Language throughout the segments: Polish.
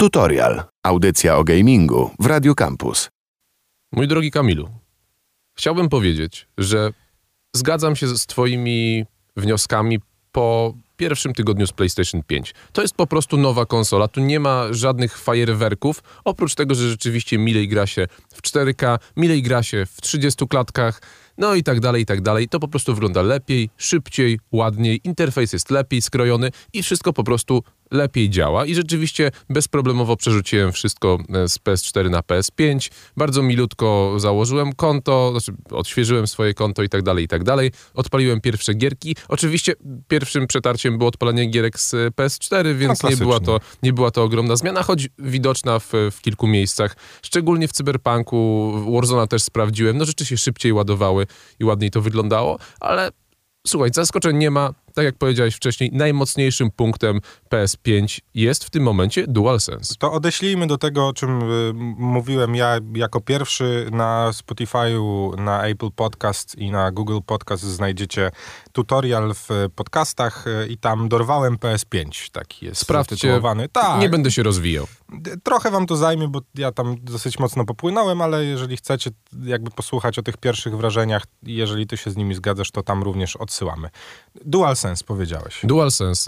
Tutorial. Audycja o gamingu w Radiu Campus. Mój drogi Kamilu, chciałbym powiedzieć, że zgadzam się z twoimi wnioskami po pierwszym tygodniu z PlayStation 5. To jest po prostu nowa konsola, tu nie ma żadnych fajerwerków, oprócz tego, że rzeczywiście milej gra się w 4K, milej gra się w 30 klatkach, no i tak dalej. To po prostu wygląda lepiej, szybciej, ładniej, interfejs jest lepiej skrojony i wszystko po prostu lepiej działa. I rzeczywiście bezproblemowo przerzuciłem wszystko z PS4 na PS5. Bardzo milutko założyłem konto, znaczy odświeżyłem swoje konto i tak dalej. Odpaliłem pierwsze gierki. Oczywiście pierwszym przetarciem było odpalenie gierek z PS4, więc nie była to ogromna zmiana, choć widoczna w kilku miejscach. Szczególnie w Cyberpunku, Warzone'a też sprawdziłem. No rzeczywiście szybciej ładowały i ładniej to wyglądało, ale słuchaj, zaskoczeń nie ma. Tak jak powiedziałeś wcześniej, najmocniejszym punktem PS5 jest w tym momencie DualSense. To odeślijmy do tego, o czym mówiłem ja jako pierwszy. Na Spotify'u, na Apple Podcast i na Google Podcast znajdziecie tutorial w podcastach i tam dorwałem PS5. Taki jest zatytułowany. Tak. Nie będę się rozwijał. Trochę wam to zajmie, bo ja tam dosyć mocno popłynąłem, ale jeżeli chcecie jakby posłuchać o tych pierwszych wrażeniach, jeżeli ty się z nimi zgadzasz, to tam również odsyłamy. DualSense powiedziałeś. DualSense.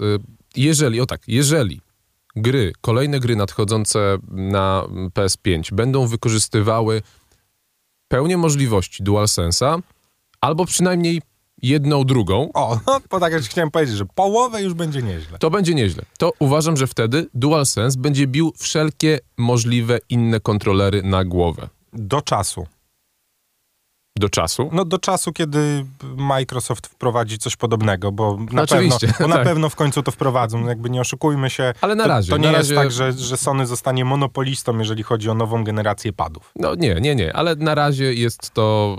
Jeżeli kolejne gry nadchodzące na PS5 będą wykorzystywały pełnię możliwości DualSense'a, albo przynajmniej jedną drugą. Bo tak jak chciałem powiedzieć, że połowę już będzie nieźle. To będzie nieźle. To uważam, że wtedy DualSense będzie bił wszelkie możliwe inne kontrolery na głowę. Do czasu. Do czasu? No do czasu, kiedy Microsoft wprowadzi coś podobnego, bo na pewno w końcu to wprowadzą. No jakby nie oszukujmy się. Ale na razie. To nie jest tak, że Sony zostanie monopolistą, jeżeli chodzi o nową generację padów. No nie. Ale na razie jest to...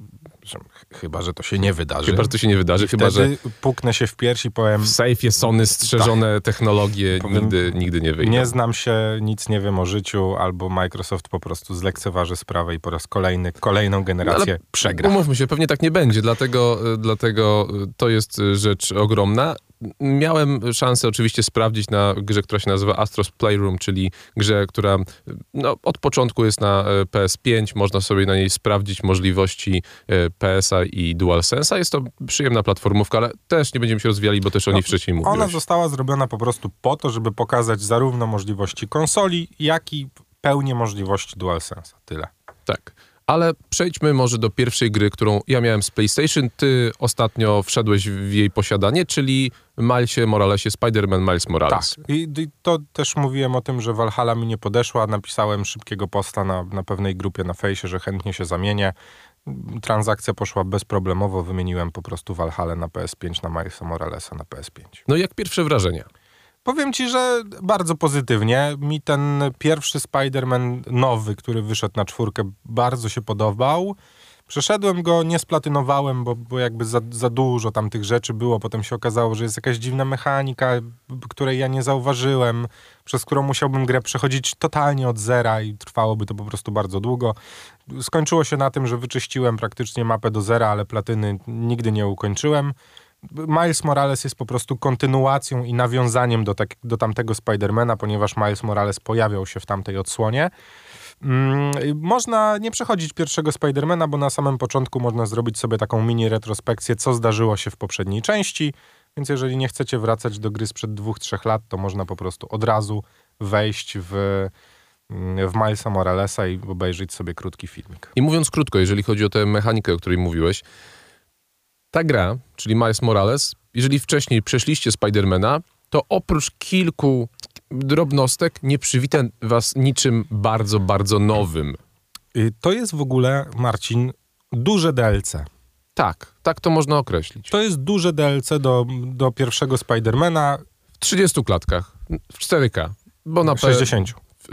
Chyba, że to się nie wydarzy. Chyba, że puknę się w pierś i powiem... W sejfie Sony strzeżone technologie nigdy nie wyjdą. Nie znam się, nic nie wiem o życiu, albo Microsoft po prostu zlekceważy sprawę i po raz kolejną generację przegra. Umówmy się, pewnie tak nie będzie, dlatego to jest rzecz ogromna. Miałem szansę oczywiście sprawdzić na grze, która się nazywa Astro's Playroom, czyli grze, która od początku jest na PS5. Można sobie na niej sprawdzić możliwości PS-a i DualSense'a. Jest to przyjemna platformówka, ale też nie będziemy się rozwijali, bo też o niej wcześniej mówiłeś. Ona została zrobiona po prostu po to, żeby pokazać zarówno możliwości konsoli, jak i pełnię możliwości DualSense'a. Tyle. Tak. Ale przejdźmy może do pierwszej gry, którą ja miałem z PlayStation. Ty ostatnio wszedłeś w jej posiadanie, czyli Milesie Moralesie, Spider-Man Miles Morales. Tak. I to też mówiłem o tym, że Valhalla mi nie podeszła. Napisałem szybkiego posta na pewnej grupie na fejsie, że chętnie się zamienię. Transakcja poszła bezproblemowo. Wymieniłem po prostu Valhalla na PS5, na Milesa Moralesa na PS5. No i jak pierwsze wrażenia? Powiem ci, że bardzo pozytywnie. Mi ten pierwszy Spider-Man nowy, który wyszedł na 4, bardzo się podobał. Przeszedłem go, nie splatynowałem, bo jakby za dużo tam tych rzeczy było. Potem się okazało, że jest jakaś dziwna mechanika, której ja nie zauważyłem, przez którą musiałbym grę przechodzić totalnie od zera i trwałoby to po prostu bardzo długo. Skończyło się na tym, że wyczyściłem praktycznie mapę do zera, ale platyny nigdy nie ukończyłem. Miles Morales jest po prostu kontynuacją i nawiązaniem do tamtego Spidermana, ponieważ Miles Morales pojawiał się w tamtej odsłonie. Można nie przechodzić pierwszego Spidermana, bo na samym początku można zrobić sobie taką mini retrospekcję, co zdarzyło się w poprzedniej części, więc jeżeli nie chcecie wracać do gry sprzed 2-3 lat, to można po prostu od razu wejść w Milesa Moralesa i obejrzeć sobie krótki filmik. I mówiąc krótko, jeżeli chodzi o tę mechanikę, o której mówiłeś, ta gra, czyli Miles Morales, jeżeli wcześniej przeszliście Spidermana, to oprócz kilku drobnostek nie przywita was niczym bardzo, bardzo nowym. To jest w ogóle, Marcin, duże DLC. Tak to można określić. To jest duże DLC do pierwszego Spidermana. W 30 klatkach, w 4K. Bo na 60.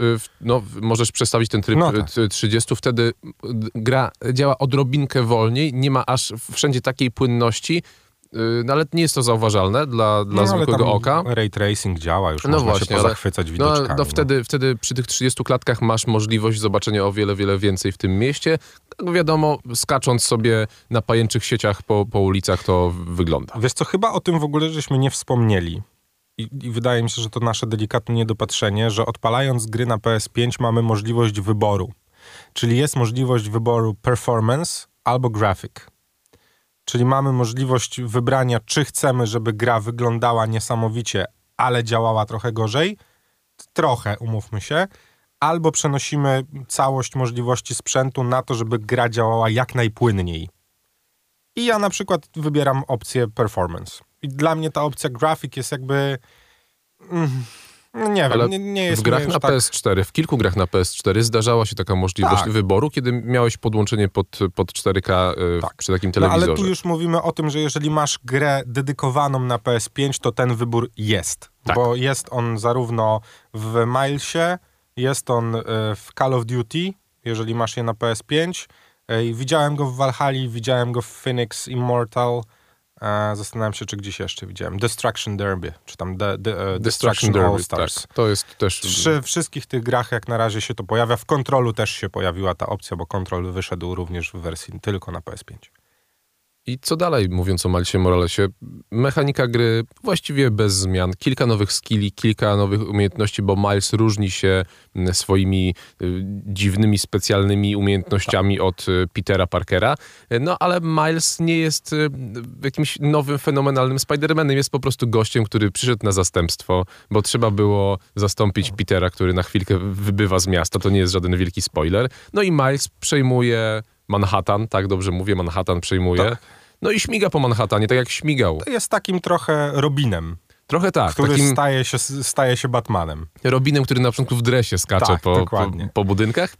Możesz przestawić ten tryb 30, wtedy gra działa odrobinkę wolniej, nie ma aż wszędzie takiej płynności, ale nie jest to zauważalne dla zwykłego oka. Ray tracing działa, już można się pozachwycać widoczkami. Wtedy przy tych 30 klatkach masz możliwość zobaczenia o wiele, wiele więcej w tym mieście. Wiadomo, skacząc sobie na pajęczych sieciach po ulicach to wygląda. Wiesz co, chyba o tym w ogóle żeśmy nie wspomnieli. i wydaje mi się, że to nasze delikatne niedopatrzenie, że odpalając gry na PS5 mamy możliwość wyboru. Czyli jest możliwość wyboru performance albo graphic. Czyli mamy możliwość wybrania, czy chcemy, żeby gra wyglądała niesamowicie, ale działała trochę gorzej. Trochę, umówmy się. Albo przenosimy całość możliwości sprzętu na to, żeby gra działała jak najpłynniej. I ja na przykład wybieram opcję performance. I dla mnie ta opcja graphic jest jakby... nie wiem, nie jest w grach na tak... PS4, w kilku grach na PS4 zdarzała się taka możliwość wyboru, kiedy miałeś podłączenie pod 4K przy takim telewizorze. No, ale tu już mówimy o tym, że jeżeli masz grę dedykowaną na PS5, to ten wybór jest. Tak. Bo jest on zarówno w Milesie, jest on w Call of Duty, jeżeli masz je na PS5. Widziałem go w Valhalla, widziałem go w Phoenix Immortal. Zastanawiam się, czy gdzieś jeszcze widziałem. Destruction Derby, czy tam Destruction Derby, All Stars. Tak. To jest też... Przy wszystkich tych grach jak na razie się to pojawia. W Controlu też się pojawiła ta opcja, bo Control wyszedł również w wersji tylko na PS5. I co dalej, mówiąc o Milesie Moralesie? Mechanika gry właściwie bez zmian. Kilka nowych skilli, kilka nowych umiejętności, bo Miles różni się swoimi dziwnymi, specjalnymi umiejętnościami od Petera Parkera. No ale Miles nie jest jakimś nowym, fenomenalnym Spider-Manem. Jest po prostu gościem, który przyszedł na zastępstwo, bo trzeba było zastąpić Petera, który na chwilkę wybywa z miasta. To nie jest żaden wielki spoiler. No i Miles przejmuje Manhattan, tak dobrze mówię, Manhattan przejmuje. Tak. No i śmiga po Manhattanie, tak jak śmigał. To jest takim trochę Robinem. Trochę tak. Który takim staje się Batmanem. Robinem, który na początku w dresie skacze tak, po budynkach.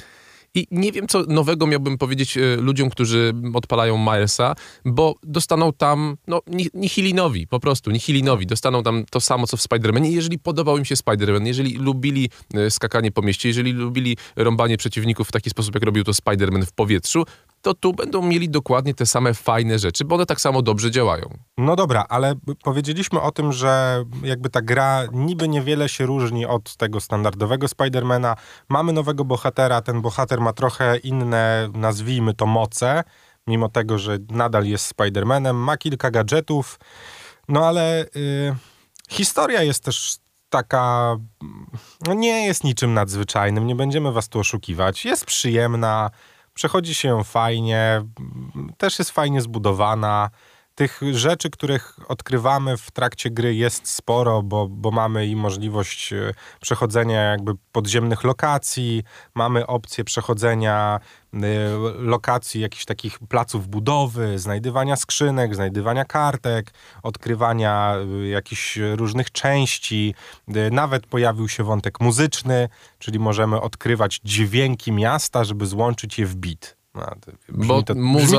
I nie wiem, co nowego miałbym powiedzieć ludziom, którzy odpalają Milesa, bo dostaną tam, nihilinowi, po prostu, nihilinowi. Dostaną tam to samo, co w Spider-Manie. Jeżeli podobał im się Spider-Man, jeżeli lubili skakanie po mieście, jeżeli lubili rąbanie przeciwników w taki sposób, jak robił to Spider-Man w powietrzu, to tu będą mieli dokładnie te same fajne rzeczy, bo one tak samo dobrze działają. No dobra, ale powiedzieliśmy o tym, że jakby ta gra niby niewiele się różni od tego standardowego Spidermana. Mamy nowego bohatera, ten bohater ma trochę inne, nazwijmy to, moce, mimo tego, że nadal jest Spidermanem, ma kilka gadżetów, no ale historia jest też taka, nie jest niczym nadzwyczajnym, nie będziemy was tu oszukiwać, jest przyjemna, przechodzi się ją fajnie, też jest fajnie zbudowana. Tych rzeczy, których odkrywamy w trakcie gry jest sporo, bo mamy i możliwość przechodzenia jakby podziemnych lokacji, mamy opcję przechodzenia lokacji jakichś takich placów budowy, znajdywania skrzynek, znajdywania kartek, odkrywania jakichś różnych części. Nawet pojawił się wątek muzyczny, czyli możemy odkrywać dźwięki miasta, żeby złączyć je w beat. Bo muza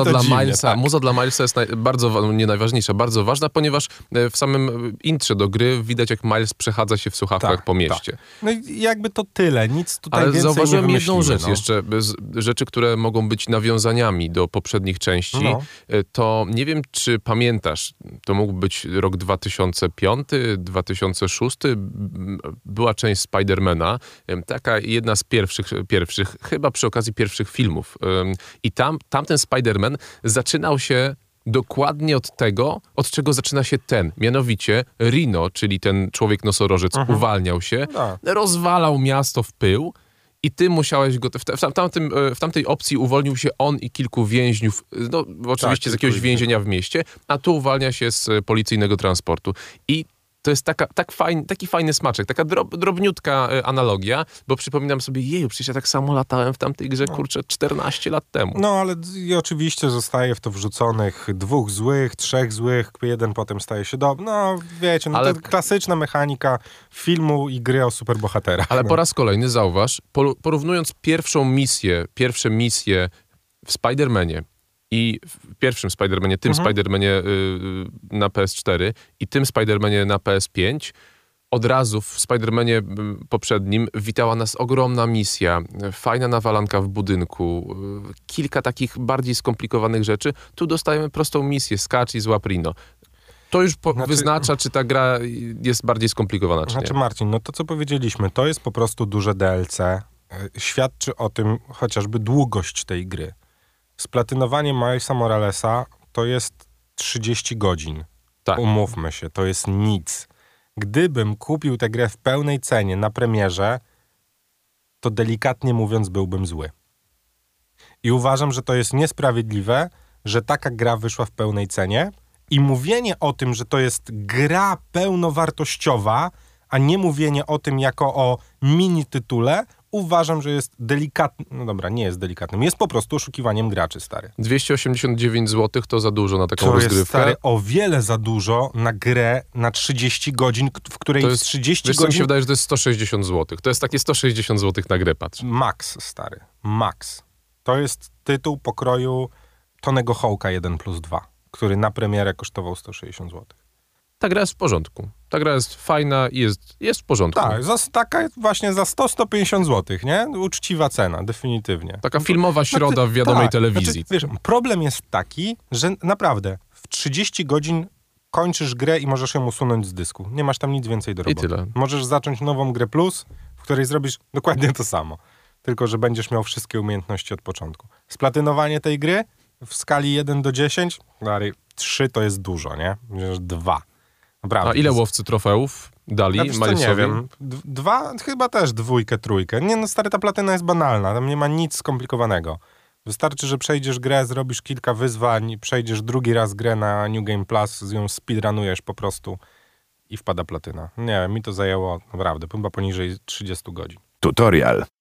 dla Milesa jest nie najważniejsza, bardzo ważna, ponieważ w samym intrze do gry widać, jak Miles przechadza się w słuchawkach po mieście. Tak. No i jakby to tyle, nic tutaj ale więcej zauważyłem nie jedną rzecz jeszcze, rzeczy, które mogą być nawiązaniami do poprzednich części. To nie wiem, czy pamiętasz, to mógł być rok 2005, 2006, była część Spidermana, taka jedna z pierwszych, chyba przy okazji pierwszych filmów. I tamten Spider-Man zaczynał się dokładnie od tego, od czego zaczyna się ten. Mianowicie Rhino, czyli ten człowiek nosorożec, uwalniał się, rozwalał miasto w pył i ty musiałeś go... W tamtej opcji uwolnił się on i kilku więźniów, oczywiście z jakiegoś więzienia w mieście, a tu uwalnia się z policyjnego transportu. I to jest taki fajny smaczek, taka drobniutka analogia, bo przypominam sobie, przecież ja tak samo latałem w tamtej grze, 14 lat temu. No, ale i oczywiście zostaje w to wrzuconych 2 złych, 3 złych, jeden potem staje się dobry. No, wiecie, to klasyczna mechanika filmu i gry o superbohaterach. Ale po raz kolejny zauważ, porównując pierwsze misje w Spider-Manie, i w pierwszym Spider-Manie, tym Spider-Manie na PS4 i tym Spider-Manie na PS5, od razu w Spider-Manie poprzednim witała nas ogromna misja, fajna nawalanka w budynku, kilka takich bardziej skomplikowanych rzeczy. Tu dostajemy prostą misję, skacz i złap Rhino. To już wyznacza, czy ta gra jest bardziej skomplikowana, czy nie. Marcin, to co powiedzieliśmy, to jest po prostu duże DLC. Świadczy o tym chociażby długość tej gry. Splatynowanie Milesa Moralesa to jest 30 godzin. Tak. Umówmy się, to jest nic. Gdybym kupił tę grę w pełnej cenie na premierze, to delikatnie mówiąc byłbym zły. I uważam, że to jest niesprawiedliwe, że taka gra wyszła w pełnej cenie i mówienie o tym, że to jest gra pełnowartościowa, a nie mówienie o tym jako o mini tytule, uważam, że jest delikatny, no dobra, nie jest delikatnym, jest po prostu oszukiwaniem graczy, stary. 289 zł to za dużo na taką To rozgrywkę. jest, stary, o wiele za dużo na grę na 30 godzin, w której To jest, 30 wiesz co, mi się godzin... wydaje, że to jest 160 zł. To jest takie 160 zł na grę, patrz. Max, stary, max. To jest tytuł pokroju Tonego Hawka 1+2, który na premierę kosztował 160 zł. Ta gra jest w porządku. Ta gra jest fajna i jest w porządku. Tak, taka właśnie za 100-150 zł, nie? Uczciwa cena, definitywnie. Taka filmowa środa w wiadomej telewizji. Znaczy, wiesz, problem jest taki, że naprawdę w 30 godzin kończysz grę i możesz ją usunąć z dysku. Nie masz tam nic więcej do roboty. I tyle. Możesz zacząć nową grę plus, w której zrobisz dokładnie to samo. Tylko, że będziesz miał wszystkie umiejętności od początku. Splatynowanie tej gry w skali 1 do 10, 3 to jest dużo, nie? 2. Naprawdę. A ile łowcy trofeów dali Ja nie Milesowi? wiem. 2, chyba też 2, 3. Nie no, stary, ta platyna jest banalna. Tam nie ma nic skomplikowanego. Wystarczy, że przejdziesz grę, zrobisz kilka wyzwań, przejdziesz drugi raz grę na New Game Plus, z ją speedrunujesz po prostu i wpada platyna. Nie wiem, mi to zajęło naprawdę chyba poniżej 30 godzin. Tutorial.